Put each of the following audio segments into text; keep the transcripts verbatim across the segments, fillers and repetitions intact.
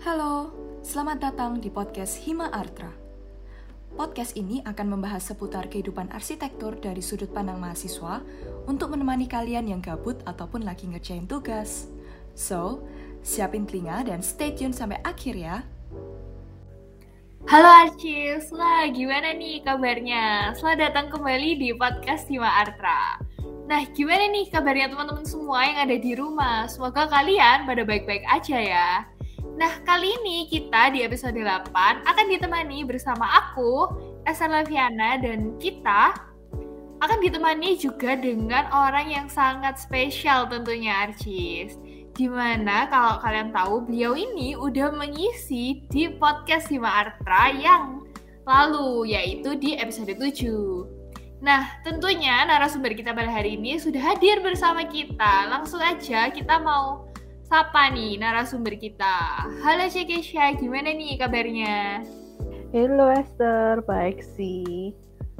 Halo, selamat datang di podcast Hima Artra. Podcast ini akan membahas seputar kehidupan arsitektur dari sudut pandang mahasiswa untuk menemani kalian yang gabut ataupun lagi ngerjain tugas. So, siapin telinga dan stay tune sampai akhir ya. Halo Arcis, wah gimana nih kabarnya? Selamat datang kembali di podcast Hima Artra. Nah, gimana nih kabarnya teman-teman semua yang ada di rumah? Semoga kalian pada baik-baik aja ya. Nah, kali ini kita di episode delapan akan ditemani bersama aku, Esa Laviana, dan kita akan ditemani juga dengan orang yang sangat spesial tentunya, Arcis. Dimana kalau kalian tahu, beliau ini udah mengisi di podcast Hima Artra yang lalu, yaitu di episode tujuh. Nah, tentunya narasumber kita pada hari ini sudah hadir bersama kita. Langsung aja kita mau sapa nih narasumber kita. Halo Cekesha, gimana nih kabarnya? Halo Esther, baik sih.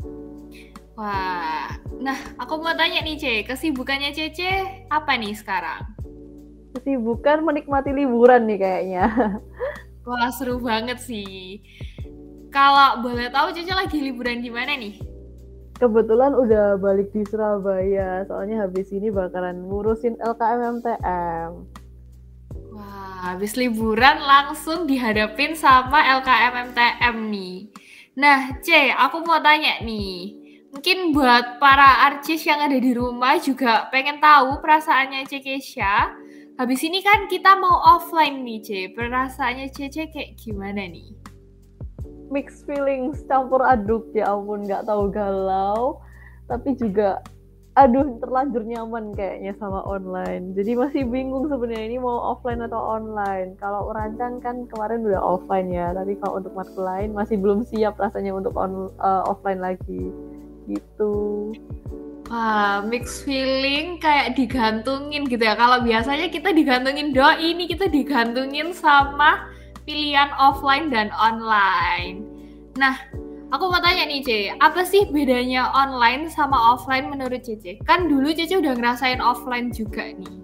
Wah, nah aku mau tanya nih Ce, kesibukannya Cece apa nih sekarang? Kesibukan menikmati liburan nih kayaknya. Wah, seru banget sih. Kalau boleh tahu Cece lagi liburan di mana nih? Kebetulan udah balik di Surabaya, soalnya habis ini bakalan ngurusin L K M M T M. Wah, habis liburan langsung dihadapin sama L K M M T M nih. Nah, C, aku mau tanya nih. Mungkin buat para arcis yang ada di rumah juga pengen tahu perasaannya Cekesha. Habis ini kan kita mau offline nih, C. Perasaannya Cece kayak gimana nih? Mixed feelings, campur aduk, ya ampun, gak tahu galau. Tapi juga aduh, terlanjur nyaman kayaknya sama online. Jadi masih bingung sebenarnya ini mau offline atau online. Kalau merancang kan kemarin udah offline ya, tapi kalau untuk matkul lain masih belum siap rasanya untuk on, uh, offline lagi. Gitu. Wah, mixed feeling kayak digantungin gitu ya. Kalau biasanya kita digantungin doi, ini kita digantungin sama pilihan offline dan online. Nah, aku mau tanya nih, Ce, apa sih bedanya online sama offline menurut Cece? Kan dulu Cece udah ngerasain offline juga nih.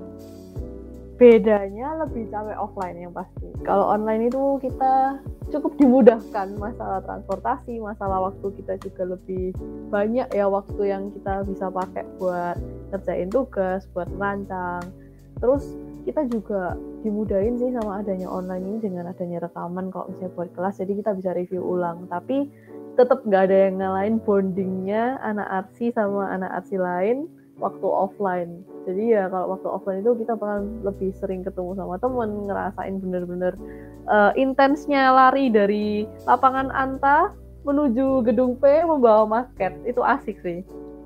Bedanya lebih capek offline yang pasti. Kalau online itu kita cukup dimudahkan masalah transportasi, masalah waktu kita juga lebih banyak ya waktu yang kita bisa pakai buat ngerjain tugas, buat merancang. Terus kita juga dimudahin sih sama adanya online ini dengan adanya rekaman kalau misalnya buat kelas, jadi kita bisa review ulang. Tapi tetap nggak ada yang ngalahin bondingnya anak arsi sama anak arsi lain waktu offline. Jadi ya kalau waktu offline itu kita bakal lebih sering ketemu sama temen, ngerasain bener-bener uh, intensnya lari dari lapangan Anta menuju gedung P membawa maket. Itu asik sih.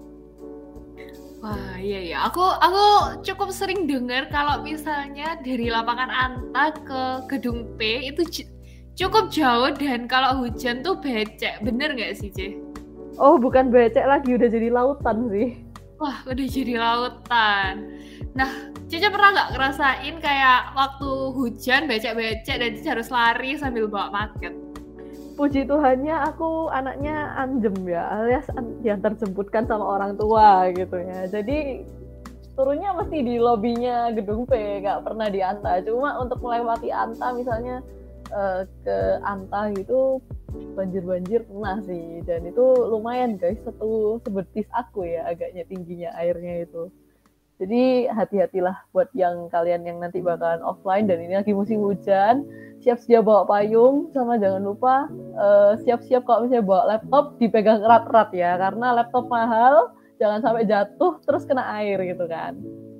Wah, iya ya. Aku aku cukup sering dengar kalau misalnya dari lapangan Anta ke gedung P itu j- cukup jauh dan kalau hujan tuh becek. Bener nggak sih, Ce? Oh, bukan becek lagi, udah jadi lautan sih. Wah, udah jadi lautan. Nah, Cece pernah nggak ngerasain kayak waktu hujan becek-becek dan Cece harus lari sambil bawa maket? Puji Tuhannya aku anaknya anjem ya, alias yang terjemputkan sama orang tua gitu ya. Jadi turunnya mesti di lobinya gedung P, nggak pernah di Anta. Cuma untuk melewati Anta misalnya uh, ke Anta gitu banjir-banjir pernah sih, dan itu lumayan guys, satu sebetis aku ya agaknya tingginya airnya itu. Jadi hati-hatilah buat yang kalian yang nanti bakalan offline dan ini lagi musim hujan, siap-siap bawa payung, sama jangan lupa uh, siap-siap kalau misalnya bawa laptop dipegang erat-erat ya, karena laptop mahal, jangan sampai jatuh terus kena air gitu kan.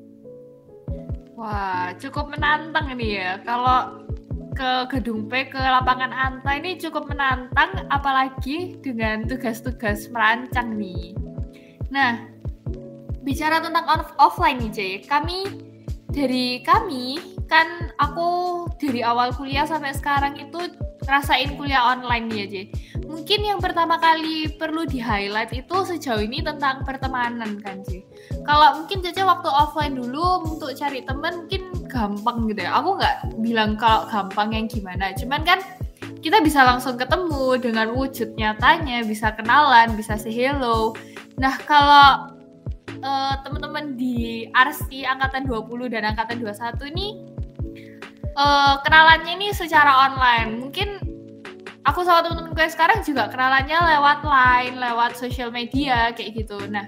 Wah, cukup menantang ini ya. Kalau ke gedung P, ke lapangan Anta ini cukup menantang, apalagi dengan tugas-tugas merancang nih. Nah, bicara tentang off- offline nih, Jay. Kami, dari kami, kan aku dari awal kuliah sampai sekarang itu ngerasain kuliah online nih ya, Jay. Mungkin yang pertama kali perlu di-highlight itu sejauh ini tentang pertemanan kan, Jay. Kalau mungkin Cece waktu offline dulu untuk cari teman mungkin gampang gitu ya. Aku nggak bilang kalau gampang yang gimana. Cuman kan kita bisa langsung ketemu dengan wujud nyatanya, bisa kenalan, bisa say hello. Nah, kalau uh, teman-teman di Arsi Angkatan dua puluh dan Angkatan dua puluh satu ini uh, kenalannya ini secara online. Mungkin aku sama temen-temen gue sekarang juga kenalannya lewat line, lewat sosial media kayak gitu. Nah,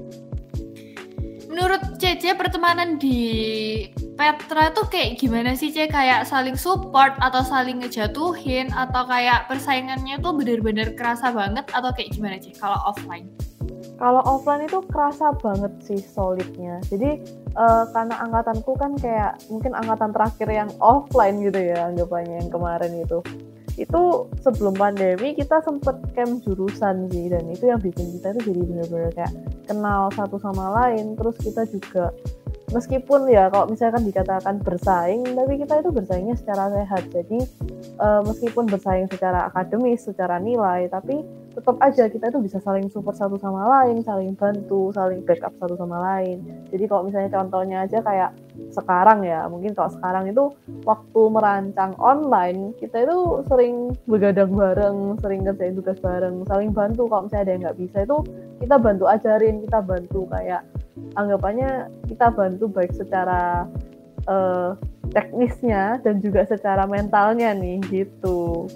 menurut Cece pertemanan di Petra tuh kayak gimana sih, Ce? Kayak saling support atau saling ngejatuhin atau kayak persaingannya tuh bener-bener kerasa banget atau kayak gimana, Ce? Kalau offline? Kalau offline itu kerasa banget sih solidnya. Jadi uh, karena angkatanku kan kayak mungkin angkatan terakhir yang offline gitu ya, anggapannya yang kemarin itu. Itu sebelum pandemi kita sempet camp jurusan sih, dan itu yang bikin kita itu jadi benar-benar kayak kenal satu sama lain. Terus kita juga meskipun ya kalau misalkan dikatakan bersaing, tapi kita itu bersaingnya secara sehat. Jadi uh, meskipun bersaing secara akademis, secara nilai, tapi tetap aja kita itu bisa saling support satu sama lain, saling bantu, saling backup satu sama lain. Jadi kalau misalnya contohnya aja kayak sekarang ya, mungkin kalau sekarang itu waktu merancang online, kita itu sering begadang bareng, sering kerjain tugas bareng, saling bantu. Kalau misalnya ada yang nggak bisa itu kita bantu ajarin, kita bantu kayak anggapannya kita bantu baik secara uh, teknisnya dan juga secara mentalnya nih gitu.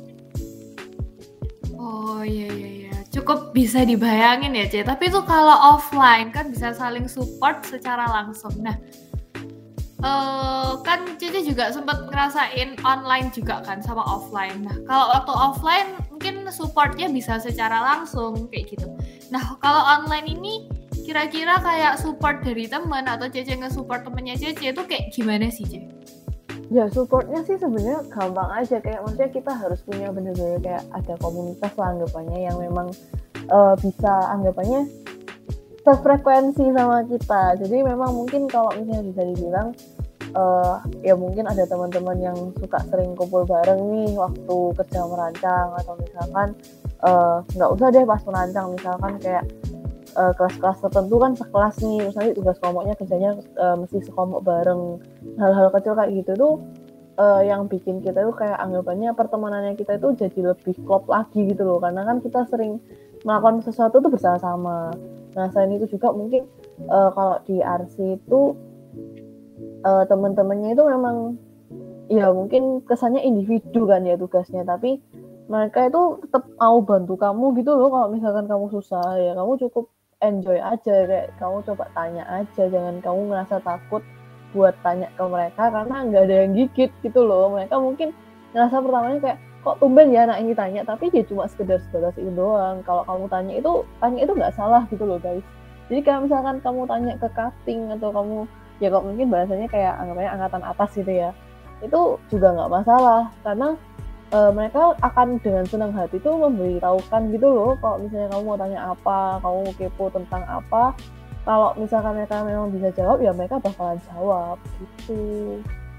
Oh iya iya iya, cukup bisa dibayangin ya, Ce. Tapi itu kalau offline kan bisa saling support secara langsung. Nah, uh, kan Cece juga sempat ngerasain online juga kan sama offline. Nah, kalau waktu offline mungkin supportnya bisa secara langsung kayak gitu. Nah, kalau online ini kira-kira kayak support dari teman atau Cece nge-support temennya Cece itu kayak gimana sih, Ce? Ya supportnya sih sebenarnya gampang aja, kayak maksudnya kita harus punya bener-bener kayak ada komunitas lah anggapannya yang memang uh, bisa anggapannya sefrekuensi sama kita. Jadi memang mungkin kalau misalnya bisa dibilang uh, ya mungkin ada teman-teman yang suka sering kumpul bareng nih waktu kerja merancang, atau misalkan nggak uh, usah deh pas merancang, misalkan kayak Uh, kelas-kelas tertentu kan sekelas nih, terus nanti tugas kelompoknya kerjanya uh, mesti sekelompok bareng. Hal-hal kecil kayak gitu tuh uh, yang bikin kita tuh kayak anggapannya pertemanannya kita itu jadi lebih klop lagi gitu loh, karena kan kita sering melakukan sesuatu tuh bersama-sama. Nah selain itu juga mungkin uh, kalau di R C itu uh, teman-temannya itu memang ya mungkin kesannya individu kan ya tugasnya, tapi mereka itu tetap mau bantu kamu gitu loh. Kalau misalkan kamu susah ya kamu cukup enjoy aja, kayak kamu coba tanya aja, jangan kamu ngerasa takut buat tanya ke mereka karena nggak ada yang gigit gitu loh. Mereka mungkin ngerasa pertamanya kayak kok tumben ya anak ini tanya, tapi dia cuma sekedar sebatas itu doang. Kalau kamu tanya itu tanya itu nggak salah gitu loh guys. Jadi kalau misalkan kamu tanya ke cutting atau kamu ya kok mungkin bahasanya kayak anggapannya angkatan atas gitu ya, itu juga nggak masalah, karena Uh, mereka akan dengan senang hati tuh memberitahukan gitu loh. Kalau misalnya kamu mau tanya apa, kamu mau kepo tentang apa, kalau misalkan mereka memang bisa jawab ya mereka bakalan jawab gitu.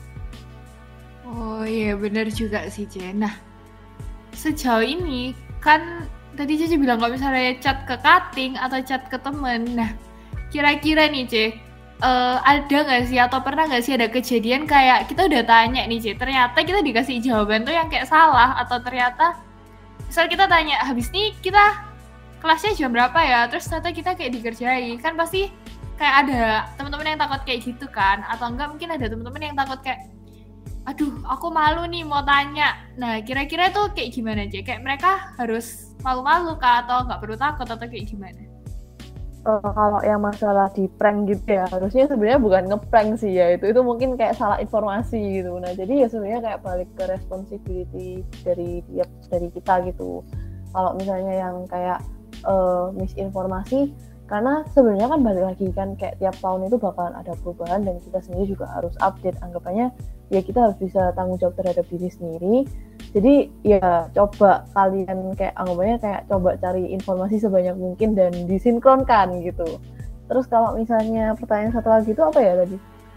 Oh iya benar juga sih, Ce. Nah, sejauh ini kan tadi Cece bilang kalau misalnya chat ke cutting atau chat ke temen. Nah, kira-kira nih, Ce, Uh, ada nggak sih atau pernah nggak sih ada kejadian kayak kita udah tanya nih, Ce, ternyata kita dikasih jawaban tuh yang kayak salah, atau ternyata misal kita tanya habis nih kita kelasnya jam berapa ya, terus ternyata kita kayak dikerjain. Kan pasti kayak ada teman-teman yang takut kayak gitu kan, atau enggak mungkin ada teman-teman yang takut kayak aduh aku malu nih mau tanya. Nah kira-kira tuh kayak gimana, Ce? Kayak mereka harus malu-malu kah atau nggak perlu takut atau kayak gimana? Uh, kalau yang masalah di prank gitu ya, harusnya sebenarnya bukan ngeprank sih ya, itu itu mungkin kayak salah informasi gitu. Nah jadi ya sebenarnya kayak balik ke responsibility dari dia dari kita gitu. Kalau misalnya yang kayak uh, misinformasi, karena sebenarnya kan balik lagi kan kayak tiap tahun itu bakalan ada perubahan dan kita sendiri juga harus update. Anggapannya ya kita harus bisa tanggung jawab terhadap diri sendiri. Jadi ya coba kalian kayak anggapannya kayak coba cari informasi sebanyak mungkin dan disinkronkan gitu. Terus kalau misalnya pertanyaan satu lagi itu apa ya tadi?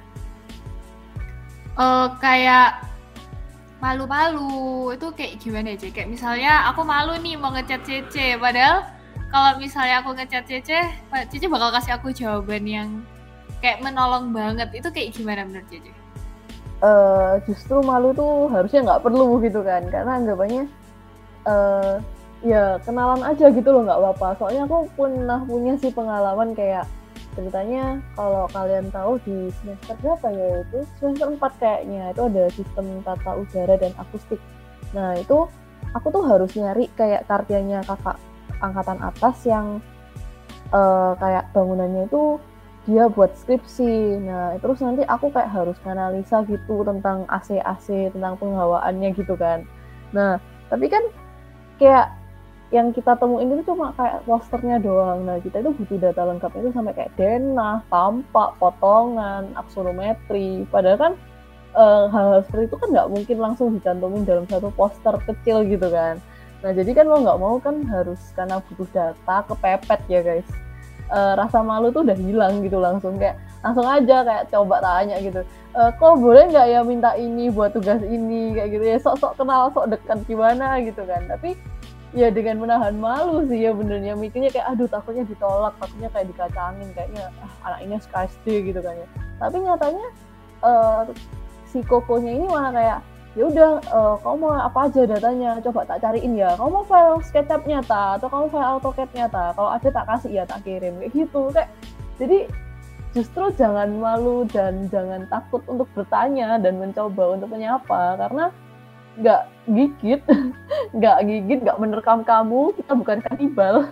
Uh, kayak malu-malu itu kayak gimana aja? Kayak misalnya aku malu nih mau ngechat Cece, padahal kalau misalnya aku ngechat Cece, Cece bakal kasih aku jawaban yang kayak menolong banget. Itu kayak gimana menurut Cece? Uh, justru malu tuh harusnya nggak perlu gitu kan, karena anggapannya uh, ya kenalan aja gitu loh, nggak apa-apa. Soalnya aku pernah punya sih pengalaman kayak ceritanya kalau kalian tahu di semester berapa ya, itu semester empat kayaknya, itu ada sistem tata udara dan akustik. Nah itu aku tuh harus nyari kayak kardianya kakak angkatan atas yang uh, kayak bangunannya itu dia buat skripsi. Nah terus nanti aku kayak harus analisa gitu tentang A C A C, tentang penghawaannya gitu kan. Nah tapi kan kayak yang kita temuin itu cuma kayak posternya doang. Nah kita itu butuh data lengkap itu sampai kayak denah, tampak, potongan, aksonometri. Padahal kan uh, hal-hal seperti itu kan nggak mungkin langsung dicantumin dalam satu poster kecil gitu kan. Nah jadi kan mau nggak mau kan harus, karena butuh data, kepepet ya guys. Uh, rasa malu tuh udah hilang gitu, langsung kayak langsung aja kayak coba tanya gitu. E, kok boleh nggak ya minta ini buat tugas ini kayak gitu ya, sok-sok kenal, sok dekat gimana gitu kan. Tapi ya dengan menahan malu sih ya benernya, mikirnya kayak aduh takutnya ditolak, takutnya kayak dikacangin, kayaknya ah, anak ini S K S D gitu kan ya. Tapi nyatanya uh, si kokonya ini malah kayak ya udah uh, kamu mau apa aja datanya, coba tak cariin ya, kamu mau file SketchUp-nya ta, atau kamu file AutoCAD-nya ta, kalau ada tak kasih ya tak kirim kayak gitu. Kayak jadi justru jangan malu dan jangan takut untuk bertanya dan mencoba untuk menyapa, karena nggak gigit, nggak gigit, nggak menerkam kamu, kita bukan kanibal.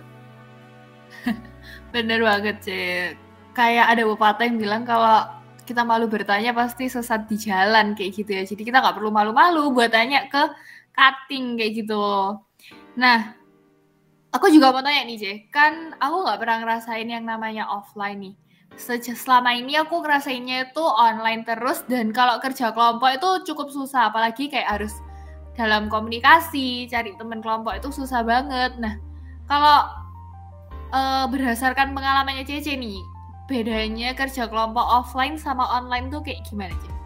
Bener banget sih. Kayak ada pepatah yang bilang kalau kita malu bertanya pasti sesat di jalan kayak gitu ya. Jadi kita nggak perlu malu-malu buat tanya ke cutting kayak gitu. Nah, aku juga mau tanya nih Jay, kan aku nggak pernah ngerasain yang namanya offline nih. Selama ini aku ngerasainnya itu online terus, dan kalau kerja kelompok itu cukup susah, apalagi kayak harus dalam komunikasi, cari teman kelompok itu susah banget. Nah, kalau uh, berdasarkan pengalamannya Cece nih, bedanya kerja kelompok offline sama online tuh kayak gimana sih?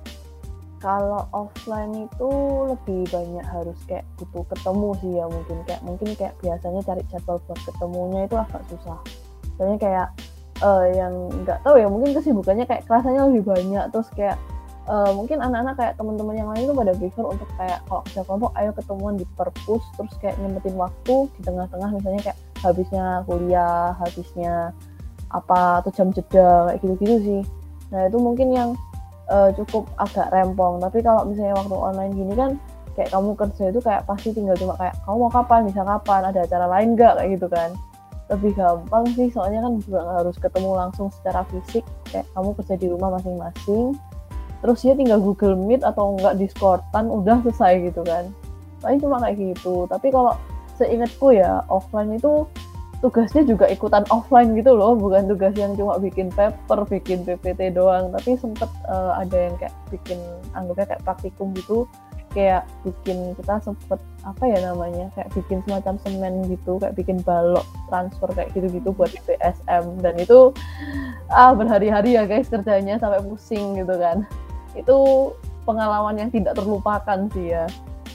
Kalau offline itu lebih banyak harus kayak butuh ketemu sih ya, mungkin kayak mungkin kayak biasanya cari jadwal buat ketemunya itu agak susah. Soalnya kayak uh, yang nggak tahu ya, mungkin kesibukannya kayak kelasnya lebih banyak, terus kayak uh, mungkin anak-anak kayak teman-teman yang lain itu pada prefer untuk kayak kalau kerja kelompok ayo ketemuan di perpus, terus kayak nyempetin waktu di tengah-tengah, misalnya kayak habisnya kuliah, habisnya apa atau jam jeda kayak gitu-gitu sih. Nah itu mungkin yang uh, cukup agak rempong. Tapi kalau misalnya waktu online gini kan kayak kamu kerja itu kayak pasti tinggal cuma kayak kamu mau kapan, bisa kapan, ada acara lain nggak kayak gitu kan. Lebih gampang sih, soalnya kan juga nggak harus ketemu langsung secara fisik, kayak kamu kerja di rumah masing-masing, terus ya tinggal Google Meet atau enggak Discordan udah selesai gitu kan. Paling cuma kayak gitu. Tapi kalau seingatku ya offline itu tugasnya juga ikutan offline gitu loh, bukan tugas yang cuma bikin paper, bikin P P T doang, tapi sempet uh, ada yang kayak bikin, anggapnya kayak praktikum gitu, kayak bikin, kita sempet apa ya namanya, kayak bikin semacam semen gitu, kayak bikin balok transfer kayak gitu-gitu buat B S M, dan itu ah berhari-hari ya guys kerjanya, sampai pusing gitu kan. Itu pengalaman yang tidak terlupakan sih ya.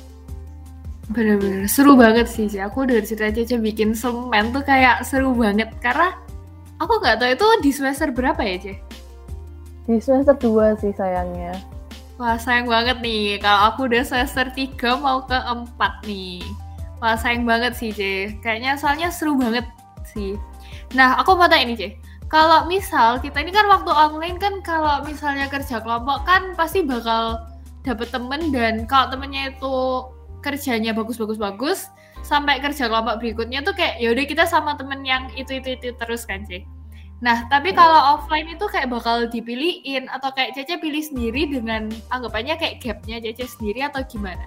Bener-bener seru banget sih sih. Aku dari cerita Cece bikin semen tuh kayak seru banget, karena aku nggak tahu itu di semester berapa ya Ce? Di semester dua sih sayangnya. Wah sayang banget nih, kalau aku udah semester tiga mau ke empat nih. Wah sayang banget sih Ce, kayaknya soalnya seru banget sih. Nah aku mau tanya nih Ce, kalau misal kita ini kan waktu online kan, kalau misalnya kerja kelompok kan pasti bakal dapet temen, dan kalau temennya itu kerjanya bagus-bagus-bagus, sampai kerja kelompok berikutnya tuh kayak yaudah kita sama temen yang itu-itu-itu terus kan Ce. Nah tapi kalau offline itu kayak bakal dipilihin, atau kayak Cece pilih sendiri dengan anggapannya kayak gapnya Cece sendiri, atau gimana?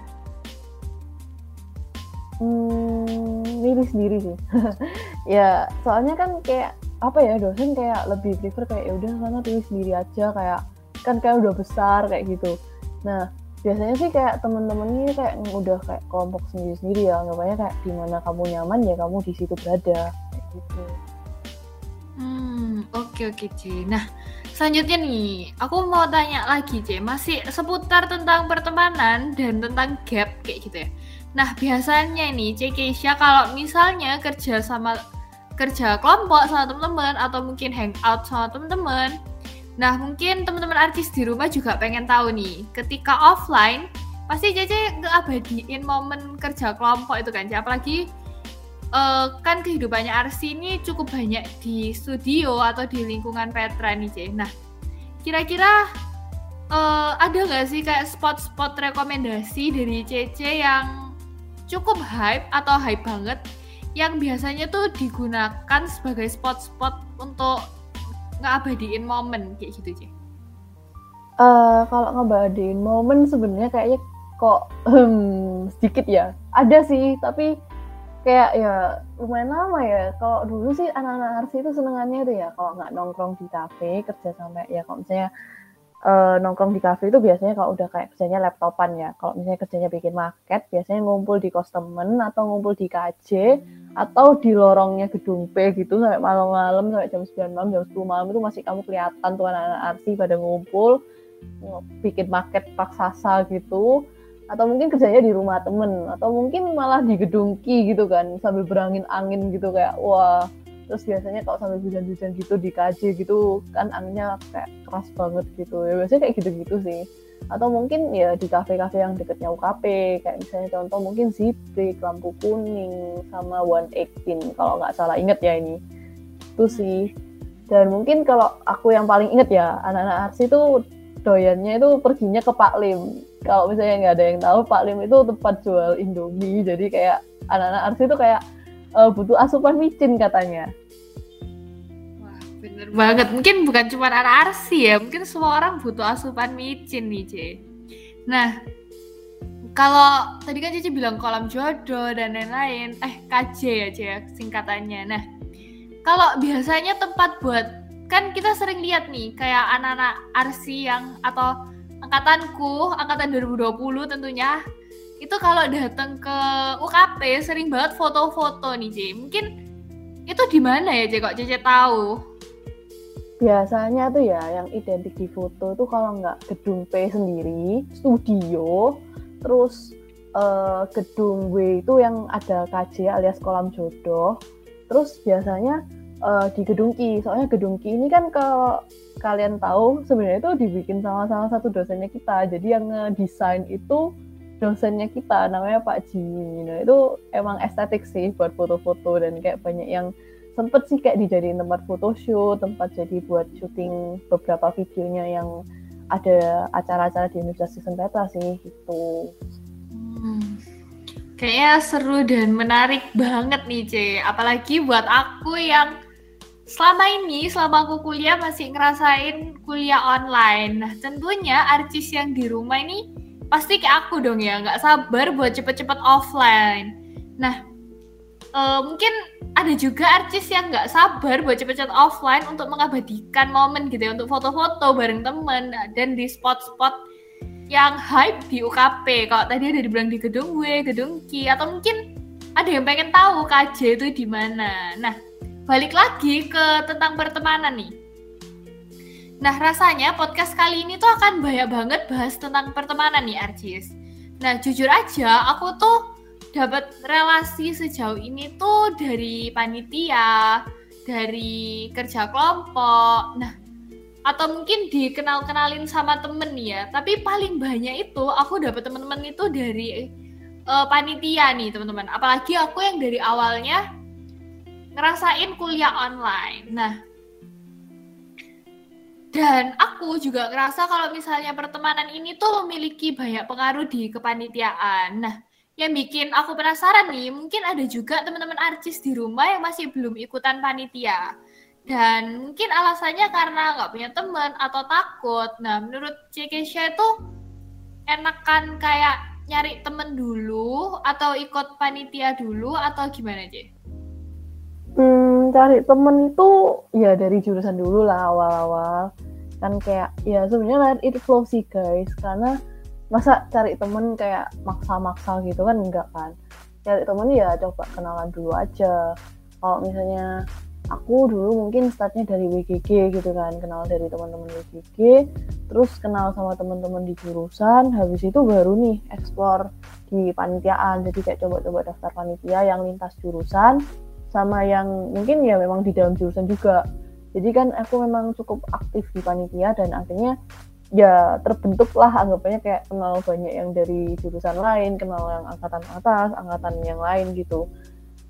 Hmm, milih sendiri sih. Ya soalnya kan kayak apa ya, dosen kayak lebih prefer kayak yaudah sana pilih sendiri aja, kayak kan kayak udah besar kayak gitu. Nah biasanya sih kayak teman-teman ini kayak udah kayak kelompok sendiri-sendiri ya, anggapannya kayak di mana kamu nyaman ya kamu di situ berada kayak gitu. Hmm, oke oke C. Nah, selanjutnya nih, aku mau tanya lagi C, masih seputar tentang pertemanan dan tentang gap kayak gitu ya. Nah, biasanya nih C Keisha kalau misalnya kerja sama kerja kelompok sama teman-teman, atau mungkin hangout sama teman-teman, nah mungkin teman-teman artis di rumah juga pengen tahu nih, ketika offline pasti Cece ngeabadiin momen kerja kelompok itu kan, apalagi uh, kan kehidupannya Arsy ini cukup banyak di studio atau di lingkungan Petra nih, Ce. Nah, kira-kira uh, ada nggak sih kayak spot-spot rekomendasi dari Cece yang cukup hype atau hype banget yang biasanya tuh digunakan sebagai spot-spot untuk ngabadiin momen kayak gitu, Ce? Uh, kalau ngabadiin momen sebenarnya kayaknya kok hmm, sedikit ya. Ada sih, tapi kayak ya lumayan lama ya. Kalau dulu sih anak-anak Arsy itu senengannya itu ya kalau nggak nongkrong di kafe kerja sampai ya kalau misalnya uh, nongkrong di kafe itu biasanya kalau udah kayak kerjanya laptopan ya. Kalau misalnya kerjanya bikin market biasanya ngumpul di kos temen atau ngumpul di K J atau di lorongnya gedung P gitu sampai malam-malam sampai jam sembilan malam, jam sepuluh malam itu masih kamu kelihatan tuh anak-anak Arsy pada ngumpul bikin market raksasa gitu. Atau mungkin kerjanya di rumah temen, atau mungkin malah di gedung Ki gitu kan, sambil berangin angin gitu kayak wah. Terus biasanya kalau sambil hujan-hujan gitu di K J gitu kan anginnya kayak keras banget gitu ya, biasanya kayak gitu-gitu sih. Atau mungkin ya di kafe-kafe yang dekatnya U K P, kayak misalnya contoh mungkin Ziprik, Lampu Kuning, sama one eighteen kalau nggak salah inget ya ini. Itu sih. Dan mungkin kalau aku yang paling inget ya, anak-anak Arsy itu doyannya itu perginya ke Pak Lim. Kalau misalnya nggak ada yang tahu, Pak Lim itu tempat jual Indomie. Jadi kayak anak-anak Arsy itu kayak uh, butuh asupan micin katanya. Wah, bener banget. Mungkin bukan cuma anak Arsy ya, mungkin semua orang butuh asupan micin nih, Ce. Nah, kalau tadi kan Cici bilang kolam jodoh dan lain-lain, eh K J ya, Ce, singkatannya. Nah, kalau biasanya tempat buat, kan kita sering lihat nih kayak anak-anak Arsy yang atau angkatanku, angkatan dua ribu dua puluh tentunya, itu kalau datang ke U K P sering banget foto-foto nih, Ce. Mungkin itu di mana ya, Ce, kok Cece tahu? Biasanya tuh ya yang identik di foto tuh kalau nggak gedung P sendiri, studio, terus uh, gedung W itu yang ada K J alias kolam jodoh, terus biasanya uh, di gedung Ki. Soalnya gedung Ki ini kan kalau kalian tahu sebenarnya itu dibikin sama salah satu dosennya kita. Jadi yang ngedesain itu dosennya kita, namanya Pak Jimmy. Nah itu emang estetik sih buat foto-foto dan kayak banyak yang sempet sih kayak dijadiin tempat photoshoot, tempat jadi buat syuting beberapa videonya yang ada acara-acara di Universitas Petra sih gitu. Hmm. Kayaknya seru dan menarik banget nih, Ce. Apalagi buat aku yang selama ini, selama aku kuliah masih ngerasain kuliah online. Nah, tentunya artis yang di rumah ini pasti kayak aku dong ya, nggak sabar buat cepet-cepet offline. Nah, uh, mungkin ada juga artis yang nggak sabar buat cepet-cepet offline untuk mengabadikan momen gitu ya, untuk foto-foto bareng temen dan di spot-spot yang hype di U K P. Kalau tadi ada dibilang di gedung W, gedung Ki, atau mungkin ada yang pengen tahu K J itu di mana. Nah, balik lagi ke tentang pertemanan nih. Nah, rasanya podcast kali ini tuh akan banyak banget bahas tentang pertemanan nih, Arcis. Nah, jujur aja, aku tuh dapat relasi sejauh ini tuh dari panitia, dari kerja kelompok, nah, atau mungkin dikenal-kenalin sama temen nih ya. Tapi paling banyak itu aku dapat teman-teman itu dari uh, panitia nih, teman-teman. Apalagi aku yang dari awalnya ngerasain kuliah online. Nah, dan aku juga ngerasa kalau misalnya pertemanan ini tuh memiliki banyak pengaruh di kepanitiaan. Nah, yang bikin aku penasaran nih, mungkin ada juga teman-teman artis di rumah yang masih belum ikutan panitia. Dan mungkin alasannya karena nggak punya teman atau takut. Nah, menurut C Kesha itu enakan kayak nyari temen dulu atau ikut panitia dulu atau gimana, Ce? Hmm, cari temen itu ya dari jurusan dulu lah awal-awal. Kan kayak ya sebenarnya it flow sih guys, karena masa cari temen kayak maksa-maksa gitu kan enggak kan. Cari temen ya coba kenalan dulu aja. Kalau misalnya aku dulu mungkin startnya dari W G G gitu kan, kenal dari teman-teman W G G, terus kenal sama teman-teman di jurusan, habis itu baru nih explore di panitiaan. Jadi kayak coba-coba daftar panitia yang lintas jurusan sama yang mungkin ya memang di dalam jurusan juga. Jadi kan aku memang cukup aktif di panitia dan akhirnya ya terbentuklah anggapannya kayak kenal banyak yang dari jurusan lain, kenal yang angkatan atas, angkatan yang lain gitu.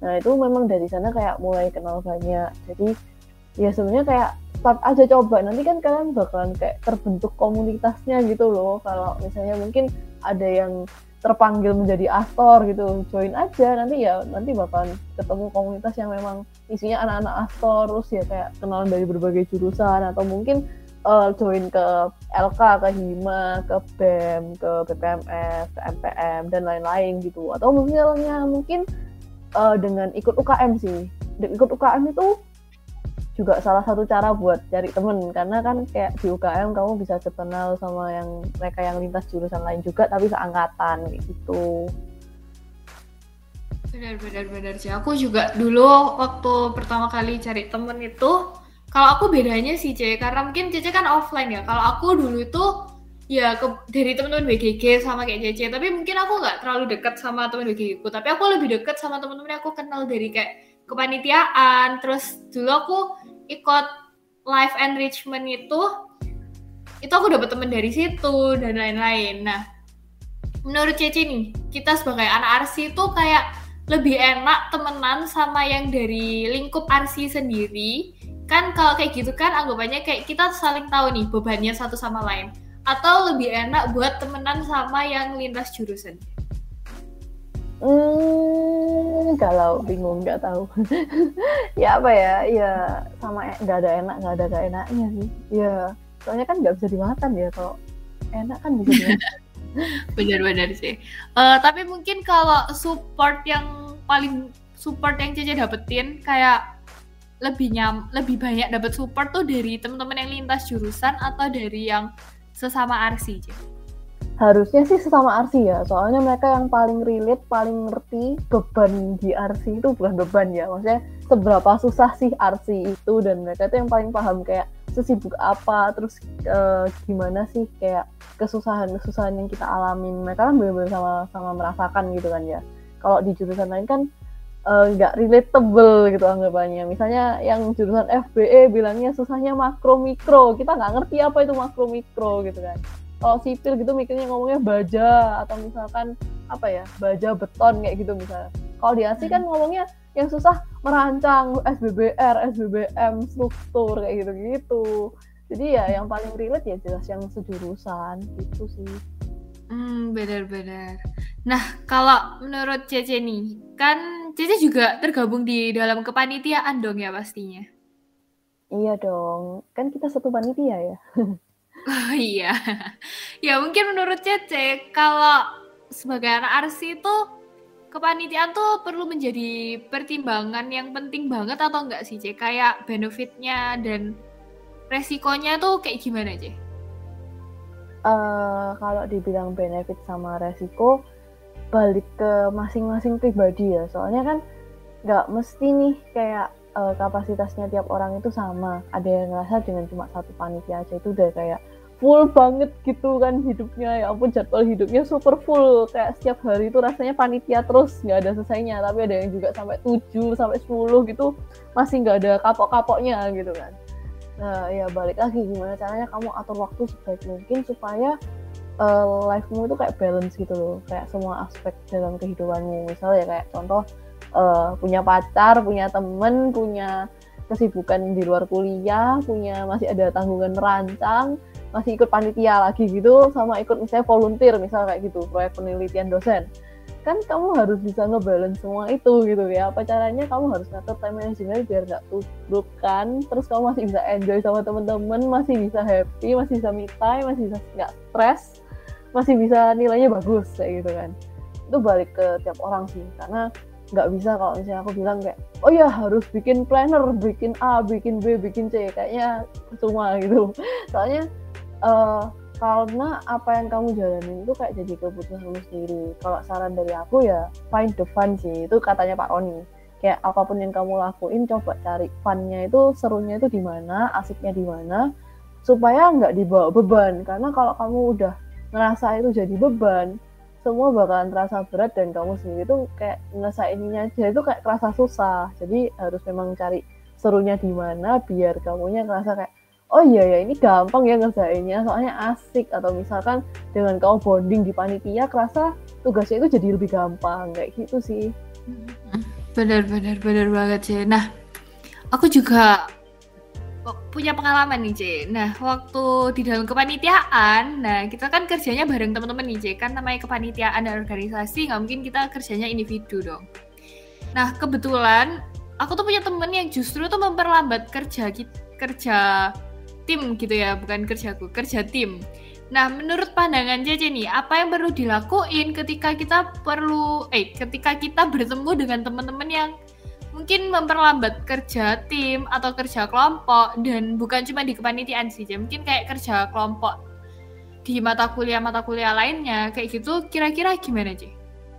Nah itu memang dari sana kayak mulai kenal banyak. Jadi ya sebenarnya kayak start aja coba, nanti kan kalian bakalan kayak terbentuk komunitasnya gitu loh. Kalau misalnya mungkin ada yang terpanggil menjadi aktor gitu, join aja, nanti ya nanti bakalan ketemu komunitas yang memang isinya anak-anak aktor, terus ya kayak kenalan dari berbagai jurusan, atau mungkin uh, join ke L K, ke Hima, ke B E M, ke B P M S, ke M P M dan lain-lain gitu. Atau misalnya mungkin uh, dengan ikut U K M sih, dan ikut U K M itu juga salah satu cara buat cari temen, karena kan kayak di U K M kamu bisa kenal sama yang mereka yang lintas jurusan lain juga tapi seangkatan kayak gitu. Benar-benar benar sih. Aku juga dulu waktu pertama kali cari temen itu, kalau aku bedanya sih C, karena mungkin C C kan offline ya. Kalau aku dulu itu ya ke, dari teman-teman B G G sama kayak C C, tapi mungkin aku nggak terlalu dekat sama teman B G G ku, tapi aku lebih dekat sama teman-teman yang aku kenal dari kayak kepanitiaan. Terus dulu aku ikut live enrichment itu, itu aku dapet temen dari situ dan lain-lain. Nah, menurut Ceci nih, kita sebagai anak Arsi itu kayak lebih enak temenan sama yang dari lingkup Arsi sendiri. Kan kalau kayak gitu kan anggapannya kayak kita saling tahu nih bebannya satu sama lain. Atau lebih enak buat temenan sama yang lintas jurusan? Hmm, kalau bingung nggak tahu. Ya apa ya, ya sama nggak ada enak nggak ada gak enaknya sih. Ya soalnya kan nggak bisa dimakan ya, kalau enak kan bisa dimakan. Benar-benar sih. Uh, tapi mungkin kalau support yang paling support yang Cece dapetin kayak lebih nyam, lebih banyak dapat support tuh dari teman-teman yang lintas jurusan atau dari yang sesama Arsi, Cece? Harusnya sih sesama Arsi ya, soalnya mereka yang paling relate, paling ngerti beban di Arsi itu bukan beban ya, maksudnya seberapa susah sih Arsi itu, dan mereka itu yang paling paham kayak sesibuk apa, terus uh, gimana sih kayak kesusahan-kesusahan yang kita alamin. Mereka kan benar-benar sama-sama merasakan gitu kan ya. Kalau di jurusan lain kan nggak uh, relatable gitu anggapannya. Misalnya yang jurusan F B E bilangnya susahnya makro mikro, kita nggak ngerti apa itu makro mikro gitu kan. Kalau sipil gitu mikirnya ngomongnya baja, atau misalkan apa ya, baja beton kayak gitu misalnya. Kalau di Arsi kan ngomongnya yang susah merancang S B B R, S B B M, struktur kayak gitu-gitu. Jadi ya yang paling relate ya jelas yang sejurusan gitu sih. Hmm, benar-benar. Nah, kalau menurut Cece nih, kan Cece juga tergabung di dalam kepanitiaan dong ya pastinya? Iya dong, kan kita satu panitia ya. Oh iya, ya mungkin menurut Cece, kalau sebagai anak Arsi itu kepanitiaan tuh perlu menjadi pertimbangan yang penting banget atau enggak sih, Cek? Kayak benefitnya dan resikonya tuh kayak gimana, Cek? Uh, kalau dibilang benefit sama resiko, balik ke masing-masing pribadi ya. Soalnya kan nggak mesti nih kayak uh, kapasitasnya tiap orang itu sama. Ada yang ngerasa dengan cuma satu panitia aja itu udah kayak full banget gitu kan hidupnya, ya ampun jadwal hidupnya super full, kayak setiap hari itu rasanya panitia terus nggak ada selesainya. Tapi ada yang juga sampai tujuh sampai sepuluh gitu masih nggak ada kapok-kapoknya gitu kan. Nah ya balik lagi gimana caranya kamu atur waktu sebaik mungkin supaya uh, life-mu itu kayak balance gitu loh, kayak semua aspek dalam kehidupanmu. Misalnya kayak contoh uh, punya pacar, punya temen, punya kesibukan di luar kuliah, punya masih ada tanggungan merancang, masih ikut panitia lagi gitu, sama ikut misalnya volunteer misalnya kayak gitu, proyek penelitian dosen. Kan kamu harus bisa ngebalance semua itu gitu ya. Apa caranya kamu harus ngatur time management biar gak tubruk kan, terus kamu masih bisa enjoy sama temen-temen, masih bisa happy, masih bisa me time, masih bisa gak stres, masih bisa nilainya bagus kayak gitu kan. Itu balik ke tiap orang sih, karena nggak bisa kalau misalnya aku bilang kayak oh ya harus bikin planner, bikin A, bikin B, bikin C, kayaknya cuma gitu. Soalnya uh, karena apa yang kamu jalanin itu kayak jadi keputusanmu sendiri. Kalau saran dari aku ya find the fun sih, itu katanya Pak Roni. Kayak apapun yang kamu lakuin coba cari fun-nya itu, serunya itu di mana, asiknya di mana, supaya nggak dibawa beban. Karena kalau kamu udah ngerasa itu jadi beban, semua bakalan terasa berat dan kamu sendiri tuh kayak ngesaininnya aja itu kayak terasa susah. Jadi harus memang cari serunya di mana biar kamunya ngerasa kayak oh iya ya ini gampang ya ngerjainnya, soalnya asik. Atau misalkan dengan kamu bonding di panitia kerasa tugasnya itu jadi lebih gampang kayak gitu sih. Bener, bener, bener banget sih. Nah, aku juga punya pengalaman nih, C. Nah, waktu di dalam kepanitiaan, nah kita kan kerjanya bareng teman-teman nih, C. Kan namanya kepanitiaan dan organisasi, nggak mungkin kita kerjanya individu dong. Nah, kebetulan aku tuh punya temen yang justru tuh memperlambat kerja kerja tim gitu ya, bukan kerjaku, kerja tim. Nah, menurut pandangan Cece nih, apa yang perlu dilakuin ketika kita perlu, eh, ketika kita bertemu dengan teman-teman yang mungkin memperlambat kerja tim atau kerja kelompok, dan bukan cuma di kepanitiaan sih, mungkin kayak kerja kelompok di mata kuliah-mata kuliah lainnya, kayak gitu, kira-kira gimana, Ci?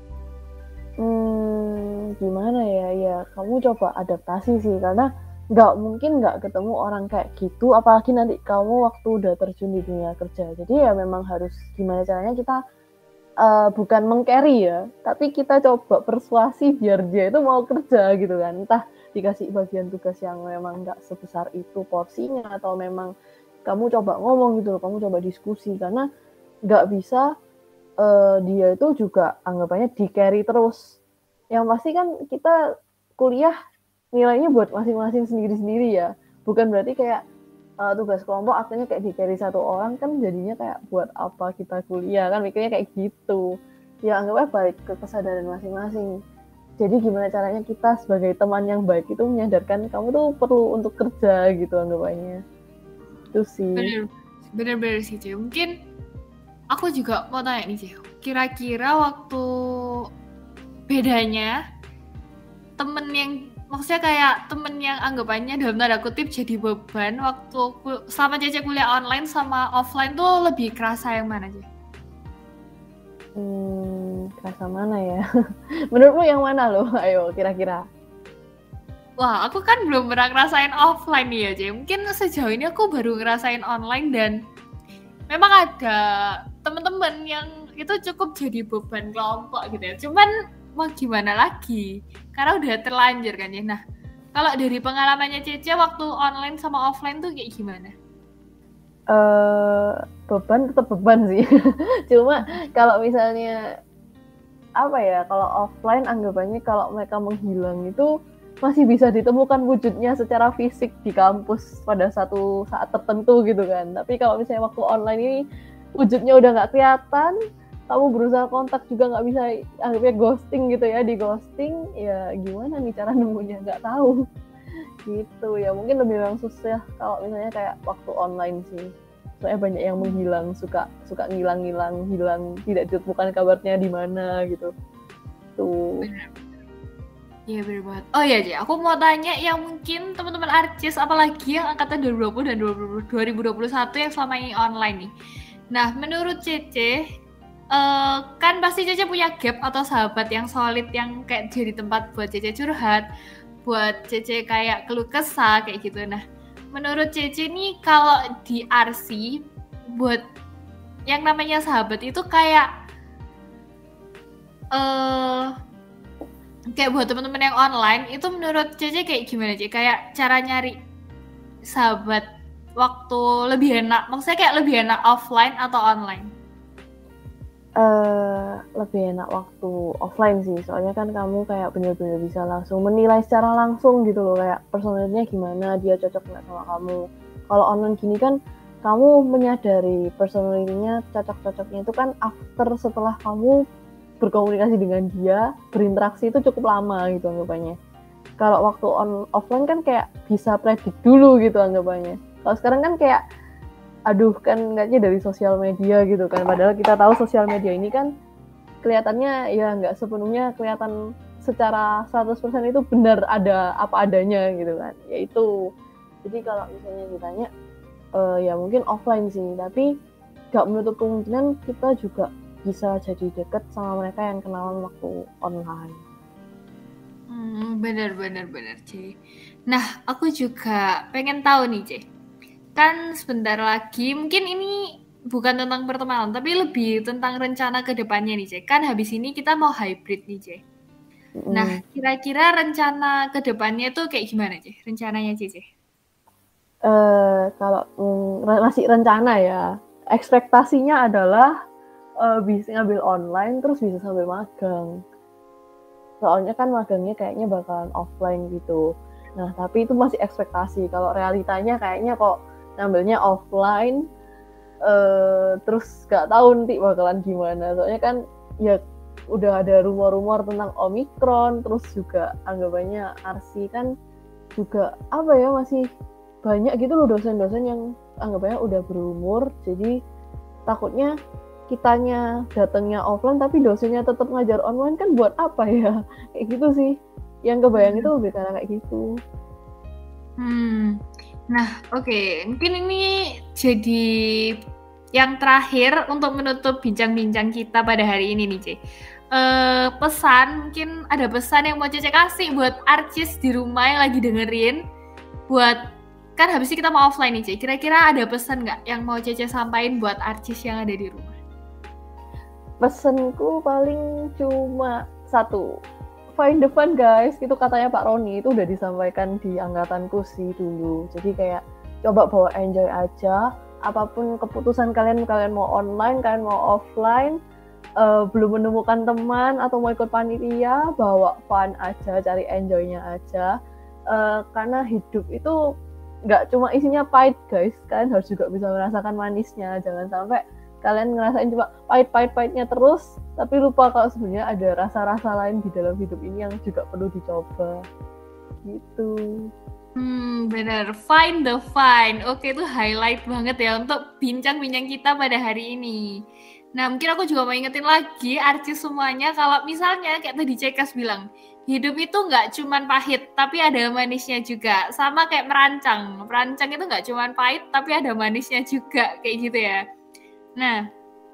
Hmm, gimana ya, ya kamu coba adaptasi sih, karena nggak mungkin nggak ketemu orang kayak gitu, apalagi nanti kamu waktu udah terjun di dunia kerja. Jadi ya memang harus gimana caranya kita uh, bukan meng-carry ya, tapi kita coba persuasi biar dia itu mau kerja gitu kan. Entah dikasih bagian tugas yang memang nggak sebesar itu porsinya, atau memang kamu coba ngomong gitu loh, kamu coba diskusi, karena nggak bisa uh, dia itu juga anggapannya di-carry terus. Yang pasti kan kita kuliah nilainya buat masing-masing sendiri-sendiri ya. Bukan berarti kayak uh, tugas kelompok akhirnya kayak di-carry satu orang, kan jadinya kayak buat apa kita kuliah, kan mikirnya kayak gitu. Ya anggapnya baik ke kesadaran masing-masing. Jadi gimana caranya kita sebagai teman yang baik itu menyadarkan kamu tuh perlu untuk kerja gitu anggapannya. Itu sih. Bener, bener-bener sih, Ci. Mungkin aku juga mau tanya nih, Ci. Kira-kira waktu bedanya temen yang, maksudnya kayak temen yang anggapannya dalam tanda kutip jadi beban waktu selama Cece kuliah online sama offline tuh lebih kerasa yang mana, Ci? Hmm, kerasa mana ya? Menurutmu yang mana loh? Ayo, kira-kira. Wah, aku kan belum pernah ngerasain offline nih ya, Ci. Mungkin sejauh ini aku baru ngerasain online, dan memang ada teman-teman yang itu cukup jadi beban kelompok gitu ya. Cuman mau gimana lagi? Karena udah terlanjur kan ya. Nah, kalau dari pengalamannya Cece waktu online sama offline tuh kayak gimana? Uh, beban tetap beban sih. Cuma kalau misalnya apa ya, kalau offline anggapannya kalau mereka menghilang itu masih bisa ditemukan wujudnya secara fisik di kampus pada satu saat tertentu gitu kan. Tapi kalau misalnya waktu online ini wujudnya udah nggak kelihatan, kamu berusaha kontak juga nggak bisa, akhirnya ghosting gitu ya, di ghosting ya gimana nih cara nemunya, nggak tahu gitu ya. Mungkin lebih memang susah kalau misalnya kayak waktu online sih, soalnya banyak yang menghilang, suka suka ngilang-ngilang, hilang, tidak ditemukan kabarnya di mana gitu tuh. Iya bener banget. Oh iya, Ci, aku mau tanya yang mungkin teman-teman Arcis, apalagi yang angkatan dua ribu dua puluh dan dua ribu dua puluh satu yang selama ini online nih. Nah, menurut Cece, uh, kan pasti Cece punya gap atau sahabat yang solid yang kayak jadi tempat buat Cece curhat, buat Cece kayak keluh kesah kayak gitu. Nah, menurut Cece nih kalau di R C buat yang namanya sahabat itu kayak uh, kayak buat teman-teman yang online itu menurut Cece kayak gimana, Ci? Kayak cara nyari sahabat waktu lebih enak, maksudnya kayak lebih enak offline atau online? Uh, lebih enak waktu offline sih, soalnya kan kamu kayak benar-benar bisa langsung menilai secara langsung gitu loh, kayak personalnya gimana, dia cocok nggak sama kamu. Kalau online gini kan kamu menyadari personalnya cocok-cocoknya itu kan after, setelah kamu berkomunikasi dengan dia, berinteraksi itu cukup lama gitu anggapannya. Kalau waktu on offline kan kayak bisa predik dulu gitu anggapannya. Kalau sekarang kan kayak aduh kan ngeliatnya dari sosial media gitu kan, padahal kita tahu sosial media ini kan kelihatannya ya nggak sepenuhnya kelihatan secara seratus persen itu benar ada apa adanya gitu kan, yaitu jadi kalau misalnya ditanya uh, ya mungkin offline sih, tapi nggak menutup kemungkinan kita juga bisa jadi deket sama mereka yang kenalan waktu online. Hmm, bener bener bener, C. Nah, aku juga pengen tahu nih, C. Kan sebentar lagi, mungkin ini bukan tentang pertemanan, tapi lebih tentang rencana ke depannya nih, C. Kan habis ini kita mau hybrid nih, C. Mm. Nah, kira-kira rencana ke depannya tuh kayak gimana, C? Rencananya, C? Uh, kalau mm, masih rencana ya, ekspektasinya adalah uh, bisa ngambil online terus bisa sambil magang. soalnya kan magangnya kayaknya bakalan offline gitu. Nah, tapi itu masih ekspektasi. Kalau realitanya kayaknya kok ngambilnya offline, uh, terus gak tahu nanti bakalan gimana. Soalnya kan ya udah ada rumor-rumor tentang Omicron, terus juga anggapannya R C kan juga apa ya, masih banyak gitu loh dosen-dosen yang anggapannya udah berumur, jadi takutnya kitanya datangnya offline tapi dosennya tetap ngajar online, kan buat apa ya, kayak gitu sih yang kebayang. Itu lebih karena kayak gitu. Hmm, nah oke, okay. Mungkin ini jadi yang terakhir untuk menutup bincang-bincang kita pada hari ini nih, Ce. Uh, pesan, mungkin ada pesan yang mau Cece kasih buat arcis di rumah yang lagi dengerin, buat, kan habis ini kita mau offline nih, Ce. Kira-kira ada pesan nggak yang mau Cece sampaikan buat arcis yang ada di rumah? Pesanku paling cuma satu, find the fun guys, itu katanya Pak Roni, itu udah disampaikan di angkatanku sih dulu. Jadi kayak coba bawa enjoy aja, apapun keputusan kalian, kalian mau online, kalian mau offline, uh, belum menemukan teman atau mau ikut panitia, bawa fun aja, cari enjoynya aja, uh, karena hidup itu nggak cuma isinya pahit guys, kalian harus juga bisa merasakan manisnya. Jangan sampai kalian ngerasain cuma pahit-pahit-pahitnya terus, tapi lupa kalau sebenarnya ada rasa-rasa lain di dalam hidup ini yang juga perlu dicoba. Gitu. Hmm, benar. Find the fun. Oke, itu highlight banget ya untuk bincang-bincang kita pada hari ini. Nah, mungkin aku juga mau ingetin lagi arcis semuanya, kalau misalnya kayak tadi Cekas bilang, hidup itu nggak cuma pahit, tapi ada manisnya juga. Sama kayak merancang. Merancang itu nggak cuma pahit, tapi ada manisnya juga. Kayak gitu ya. Nah,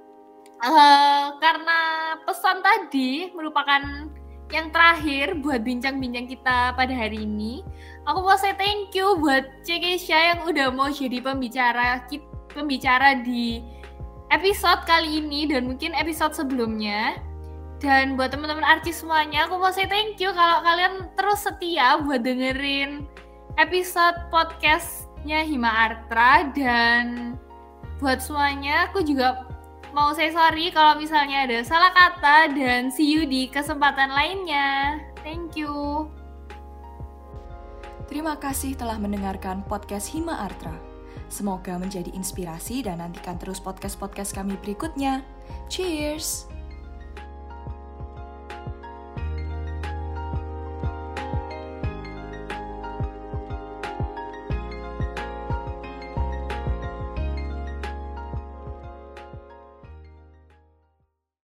uh, karena pesan tadi merupakan yang terakhir buat bincang-bincang kita pada hari ini, aku mau say thank you buat Cekesha yang udah mau jadi pembicara pembicara di episode kali ini dan mungkin episode sebelumnya. Dan buat teman-teman arcis semuanya, aku mau say thank you kalau kalian terus setia buat dengerin episode podcastnya Hima Artra. Dan buat semuanya, aku juga mau say sorry kalau misalnya ada salah kata, dan see you di kesempatan lainnya. Thank you. Terima kasih telah mendengarkan podcast Hima Artra. Semoga menjadi inspirasi dan nantikan terus podcast-podcast kami berikutnya. Cheers!